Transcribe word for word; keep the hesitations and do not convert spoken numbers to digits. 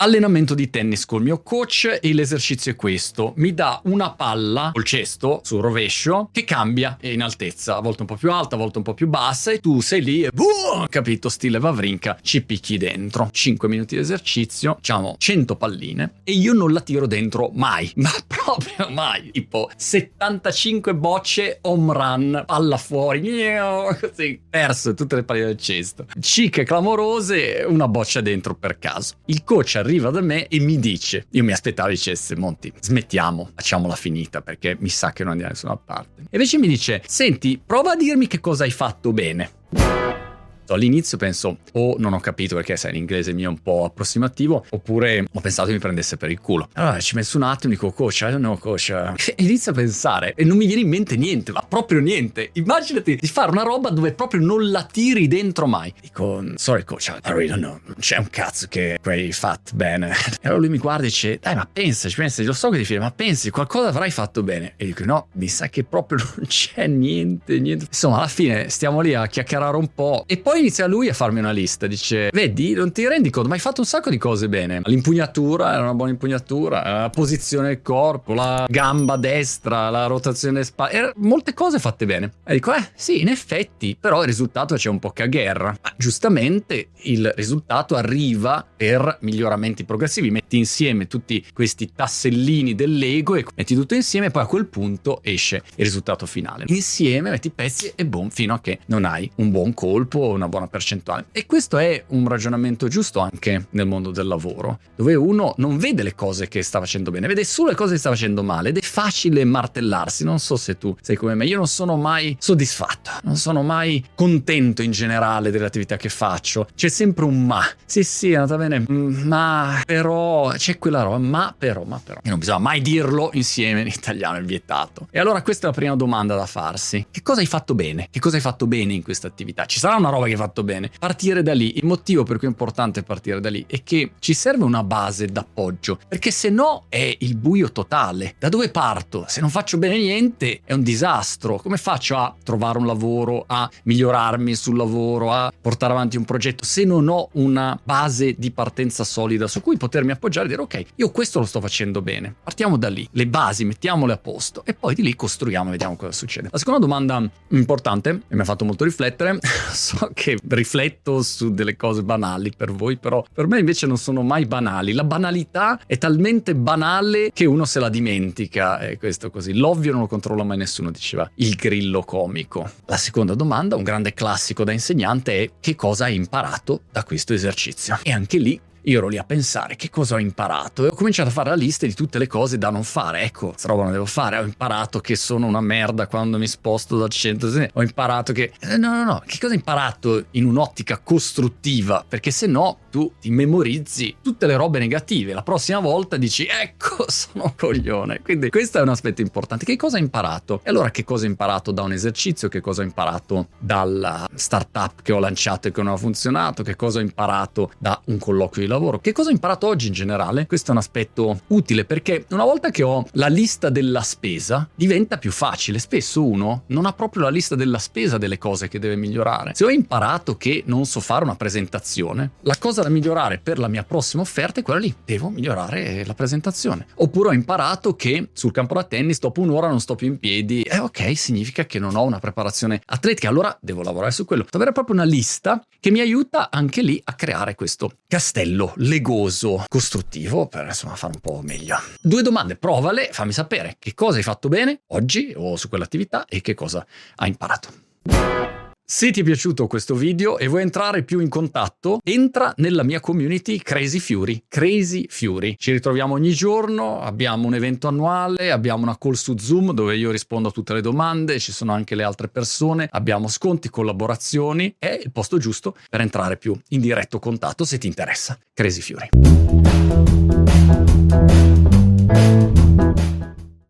allenamento di tennis col mio coach e l'esercizio è questo: mi dà una palla col cesto sul rovescio che cambia in altezza, a volte un po' più alta, a volte un po' più bassa, e tu sei lì e boom, capito, stile Wawrinka, ci picchi dentro. cinque minuti di esercizio, diciamo cento palline, e io non la tiro dentro mai, ma proprio mai. Tipo settantacinque bocce, home run, palla fuori, così, perso tutte le palline del cesto, cicche clamorose, una boccia dentro per caso. Il coach arriva da me e mi dice, io mi aspettavo dicesse: Monti, smettiamo, facciamola finita perché mi sa che non andiamo da nessuna parte. E invece mi dice: senti, prova a dirmi che cosa hai fatto bene. All'inizio penso, o non ho capito perché sai l'inglese mio è un po' approssimativo, oppure ho pensato che mi prendesse per il culo. Allora ci ho messo un attimo, dico: coach, I don't know coach, e inizio a pensare e non mi viene in mente niente, ma proprio niente. Immaginati di fare una roba dove proprio non la tiri dentro mai. Dico: sorry coach, I really don't know, non c'è un cazzo che hai fatto bene. E allora lui mi guarda e dice: dai, ma pensaci, pensaci, lo so che ti fai, ma pensi, qualcosa avrai fatto bene. E dico: no, mi sa che proprio non c'è niente, niente. Insomma, alla fine stiamo lì a chiacchierare un po' e poi inizia lui a farmi una lista, dice: vedi, non ti rendi conto, ma hai fatto un sacco di cose bene. L'impugnatura era una buona impugnatura, la posizione del corpo, la gamba destra, la rotazione spalla, er- molte cose fatte bene. E dico: eh sì, in effetti, però il risultato c'è un po' cagherra. Ma giustamente il risultato arriva per miglioramenti progressivi, metti insieme tutti questi tassellini del Lego e metti tutto insieme, e poi a quel punto esce il risultato finale. Insieme metti i pezzi e boom, fino a che non hai un buon colpo o una buona percentuale. E questo è un ragionamento giusto anche nel mondo del lavoro, dove uno non vede le cose che sta facendo bene, vede solo le cose che sta facendo male, ed è facile martellarsi. Non so se tu sei come me, io non sono mai soddisfatto, non sono mai contento in generale delle attività che faccio, c'è sempre un ma. Sì sì, è andata bene, ma però c'è quella roba, ma però, ma però, e non bisogna mai dirlo insieme in italiano, è vietato. E allora questa è la prima domanda da farsi: che cosa hai fatto bene? Che cosa hai fatto bene in questa attività? Ci sarà una roba che hai fatto bene? Partire da lì. Il motivo per cui è importante partire da lì è che ci serve una base d'appoggio, perché se no è il buio totale. Da dove parto? Se non faccio bene niente è un disastro. Come faccio a trovare un lavoro, a migliorarmi sul lavoro, a portare avanti un progetto, se non ho una base di partenza solida su cui potermi appoggiare e dire: ok, io questo lo sto facendo bene, partiamo da lì, le basi mettiamole a posto e poi di lì costruiamo e vediamo cosa succede. La seconda domanda importante, e mi ha fatto molto riflettere, so che rifletto su delle cose banali per voi, però per me invece non sono mai banali. La banalità è talmente banale che uno se la dimentica, e questo così. L'ovvio non lo controlla mai nessuno, diceva il Grillo comico. La seconda domanda, un grande classico da insegnante, è: che cosa hai imparato da questo esercizio? E anche lì io ero lì a pensare: che cosa ho imparato? E ho cominciato a fare la lista di tutte le cose da non fare. Ecco, questa roba non devo fare. Ho imparato che sono una merda quando mi sposto dal centro. Ho imparato che... No, no, no. Che cosa ho imparato in un'ottica costruttiva? Perché se no tu ti memorizzi tutte le robe negative. La prossima volta dici: ecco, sono un coglione. Quindi questo è un aspetto importante. Che cosa ho imparato? E allora che cosa ho imparato da un esercizio? Che cosa ho imparato dalla startup che ho lanciato e che non ha funzionato? Che cosa ho imparato da un colloquio di lavoro? Che cosa ho imparato oggi in generale? Questo è un aspetto utile, perché una volta che ho la lista della spesa diventa più facile. Spesso uno non ha proprio la lista della spesa delle cose che deve migliorare. Se ho imparato che non so fare una presentazione, la cosa da migliorare per la mia prossima offerta è quella lì: devo migliorare la presentazione. Oppure ho imparato che sul campo da tennis dopo un'ora non sto più in piedi, e eh, ok, significa che non ho una preparazione atletica, allora devo lavorare su quello. Devo avere proprio una lista che mi aiuta anche lì a creare questo castello legoso costruttivo per insomma fare un po' meglio. Due domande, provale, fammi sapere che cosa hai fatto bene oggi o su quell'attività e che cosa hai imparato. Se ti è piaciuto questo video e vuoi entrare più in contatto, entra nella mia community Crazy Fury. Crazy Fury. Ci ritroviamo ogni giorno, abbiamo un evento annuale, abbiamo una call su Zoom dove io rispondo a tutte le domande, ci sono anche le altre persone, abbiamo sconti, collaborazioni. È il posto giusto per entrare più in diretto contatto se ti interessa. Crazy Fury.